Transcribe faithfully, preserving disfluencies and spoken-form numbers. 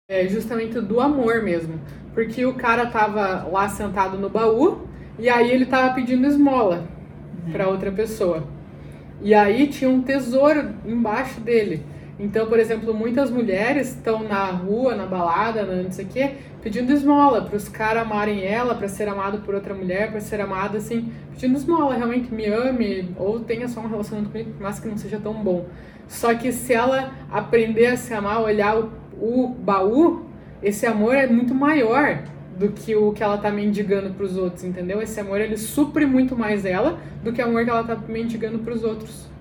É justamente do amor mesmo. Porque o cara tava lá sentado no baú e aí ele tava pedindo esmola para outra pessoa. E aí tinha um tesouro embaixo dele. Então, por exemplo, muitas mulheres estão na rua, na balada, não sei o quê, pedindo esmola para os caras amarem ela, para ser amado por outra mulher, para ser amada assim, pedindo esmola, realmente me ame ou tenha só um relacionamento comigo, mas que não seja tão bom. Só que se ela aprender a se amar, olhar o, o baú, esse amor é muito maior do que o que ela tá mendigando pros outros, entendeu? Esse amor, ele supre muito mais ela do que o amor que ela tá mendigando pros outros.